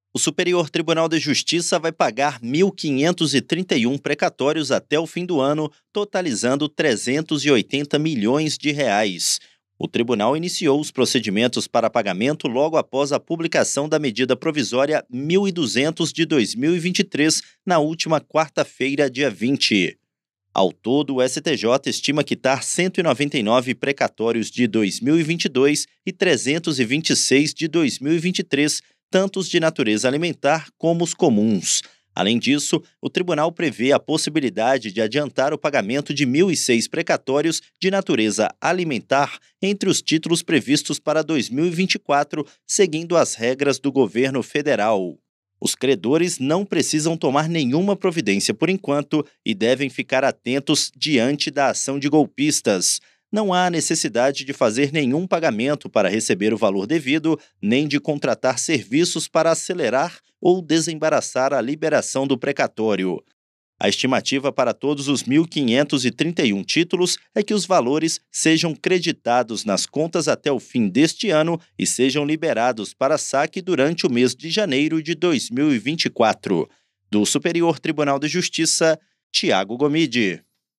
O Superior Tribunal de Justiça vai pagar 1.531 precatórios até o fim do ano, totalizando 380 milhões de reais. O tribunal iniciou os procedimentos para pagamento logo após a publicação da medida provisória 1.200 de 2023, na última quarta-feira, dia 20. Ao todo, o STJ estima quitar 199 precatórios de 2022 e 326 de 2023, tanto os de natureza alimentar como os comuns. Além disso, o tribunal prevê a possibilidade de adiantar o pagamento de 1.006 precatórios de natureza alimentar entre os títulos previstos para 2024, seguindo as regras do governo federal. Os credores não precisam tomar nenhuma providência por enquanto e devem ficar atentos diante da ação de golpistas. Não há necessidade de fazer nenhum pagamento para receber o valor devido, nem de contratar serviços para acelerar ou desembaraçar a liberação do precatório. A estimativa para todos os 1.531 títulos é que os valores sejam creditados nas contas até o fim deste ano e sejam liberados para saque durante o mês de janeiro de 2024. Do Superior Tribunal de Justiça, Tiago Gomide.